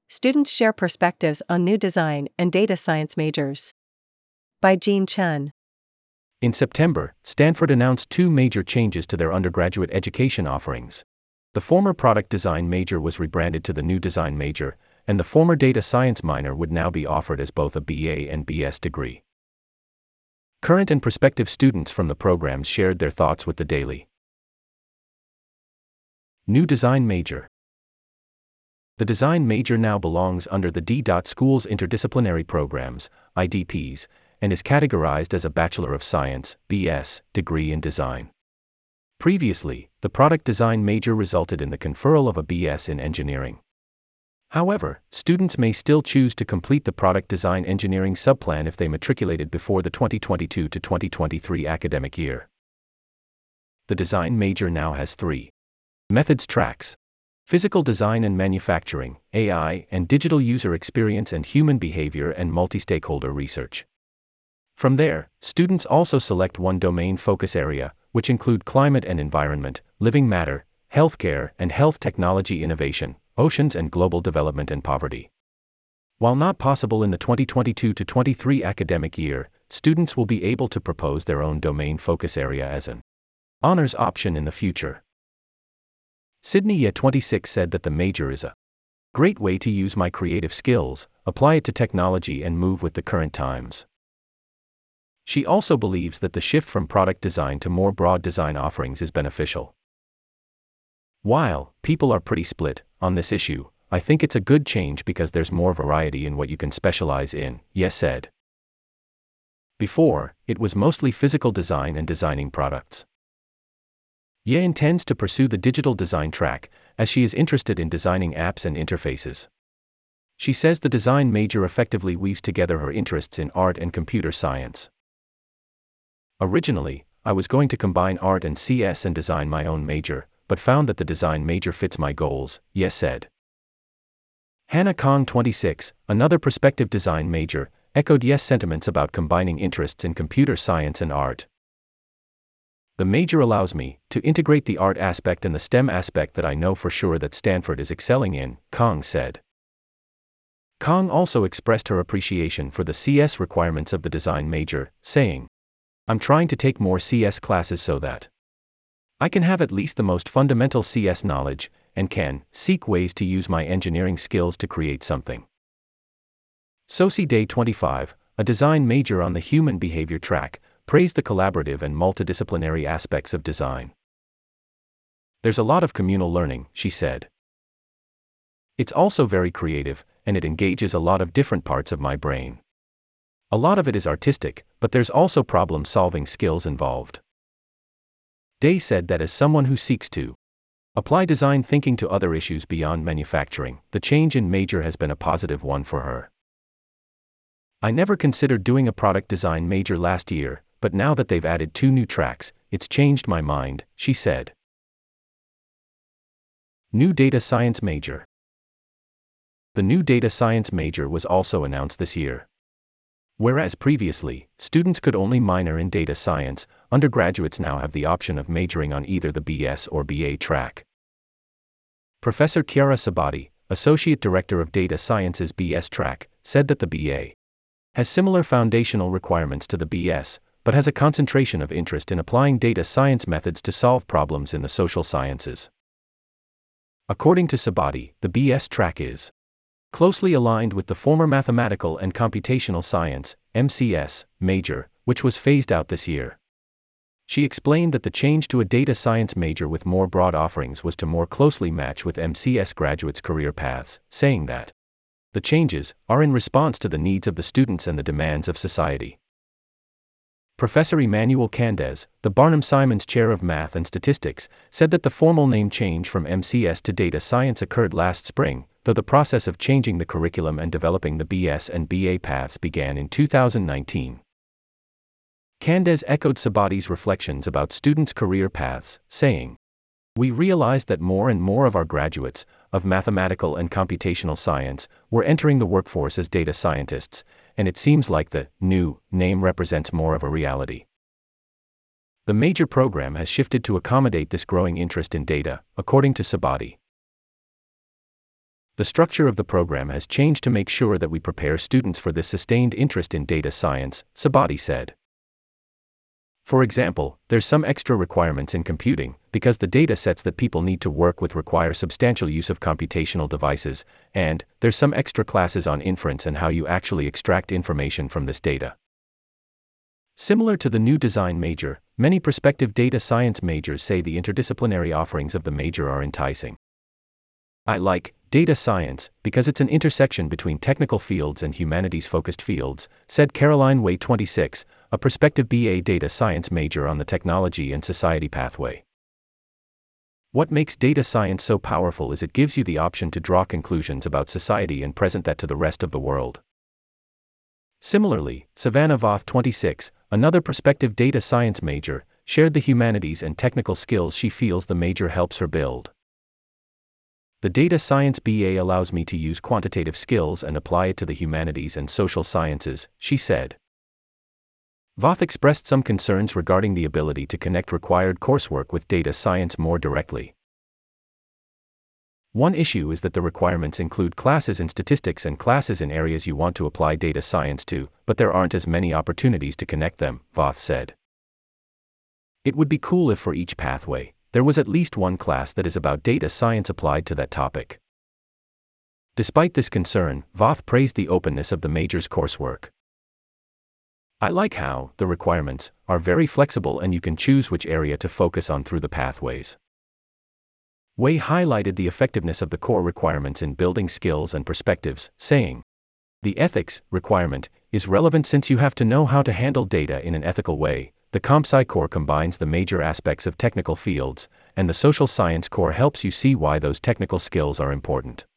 students share perspectives on new design and data science majors. By Jean Chen. In September, Stanford announced two major changes to their undergraduate education offerings. The former product design major was rebranded to the new design major, and the former data science minor would now be offered as both a BA and BS degree. Current and prospective students from the programs shared their thoughts with the Daily. New design major. The design major now belongs under the D. School's interdisciplinary programs, IDPs, and is categorized as a Bachelor of Science, BS, degree in design. Previously, the product design major resulted in the conferral of a BS in engineering. However, students may still choose to complete the product design engineering subplan if they matriculated before the 2022 to 2023 academic year. The design major now has 3 methods tracks: physical design and manufacturing, AI and digital user experience, and human behavior and multi-stakeholder research. From there, students also select one domain focus area, which include climate and environment, living matter, healthcare and health technology innovation, oceans and global development, and poverty. While not possible in the 2022 to 23 academic year, students will be able to propose their own domain focus area as an honors option in the future. Sydney Ye 26 said that the major is a great way to use my creative skills, apply it to technology, and move with the current times. She also believes that the shift from product design to more broad design offerings is beneficial. While people are pretty split on this issue, I think it's a good change because there's more variety in what you can specialize in, Ye said. Before, it was mostly physical design and designing products. Ye intends to pursue the digital design track, as she is interested in designing apps and interfaces. She says the design major effectively weaves together her interests in art and computer science. Originally, I was going to combine art and CS and design my own major, but found that the design major fits my goals, Ye said. Hannah Kong 26, another prospective design major, echoed Ye's sentiments about combining interests in computer science and art. The major allows me to integrate the art aspect and the STEM aspect that I know for sure that Stanford is excelling in, Kong said. Kong also expressed her appreciation for the CS requirements of the design major, saying, "I'm trying to take more CS classes so that I can have at least the most fundamental CS knowledge, and can seek ways to use my engineering skills to create something." Soci Day 25, a design major on the human behavior track, praised the collaborative and multidisciplinary aspects of design. "There's a lot of communal learning," she said. "It's also very creative, and it engages a lot of different parts of my brain. A lot of it is artistic, but there's also problem-solving skills involved." Day said that as someone who seeks to apply design thinking to other issues beyond manufacturing, the change in major has been a positive one for her. "I never considered doing a product design major last year, but now that they've added 2 new tracks, it's changed my mind," she said. New data science major. The new data science major was also announced this year. Whereas previously, students could only minor in data science, undergraduates now have the option of majoring on either the BS or BA track. Professor Chiara Sabati, Associate Director of Data Science's BS track, said that the BA has similar foundational requirements to the BS, but has a concentration of interest in applying data science methods to solve problems in the social sciences. According to Sabati, the BS track is closely aligned with the former Mathematical and Computational Science, MCS, major, which was phased out this year. She explained that the change to a data science major with more broad offerings was to more closely match with MCS graduates' career paths, saying that the changes are in response to the needs of the students and the demands of society. Professor Emmanuel Candes, the Barnum-Simons Chair of Math and Statistics, said that the formal name change from MCS to data science occurred last spring, though the process of changing the curriculum and developing the BS and BA paths began in 2019. Candes echoed Sabati's reflections about students' career paths, saying, "We realized that more and more of our graduates, of mathematical and computational science, were entering the workforce as data scientists, and it seems like the new name represents more of a reality." The major program has shifted to accommodate this growing interest in data, according to Sabati. The structure of the program has changed to make sure that we prepare students for this sustained interest in data science, Sabati said. For example, there's some extra requirements in computing, because the data sets that people need to work with require substantial use of computational devices, and there's some extra classes on inference and how you actually extract information from this data. Similar to the new design major, many prospective data science majors say the interdisciplinary offerings of the major are enticing. I like data science because it's an intersection between technical fields and humanities-focused fields, said Caroline Way, 26, a prospective BA data science major on the technology and society pathway. What makes data science so powerful is it gives you the option to draw conclusions about society and present that to the rest of the world. Similarly, Savannah Voth, 26, another prospective data science major, shared the humanities and technical skills she feels the major helps her build. The data science BA allows me to use quantitative skills and apply it to the humanities and social sciences, she said. Voth expressed some concerns regarding the ability to connect required coursework with data science more directly. One issue is that the requirements include classes in statistics and classes in areas you want to apply data science to, but there aren't as many opportunities to connect them, Voth said. It would be cool if for each pathway, there was at least one class that is about data science applied to that topic. Despite this concern, Voth praised the openness of the major's coursework. I like how the requirements are very flexible and you can choose which area to focus on through the pathways. Way highlighted the effectiveness of the core requirements in building skills and perspectives, saying, "The ethics requirement is relevant since you have to know how to handle data in an ethical way. The CompSci core combines the major aspects of technical fields, and the social science core helps you see why those technical skills are important."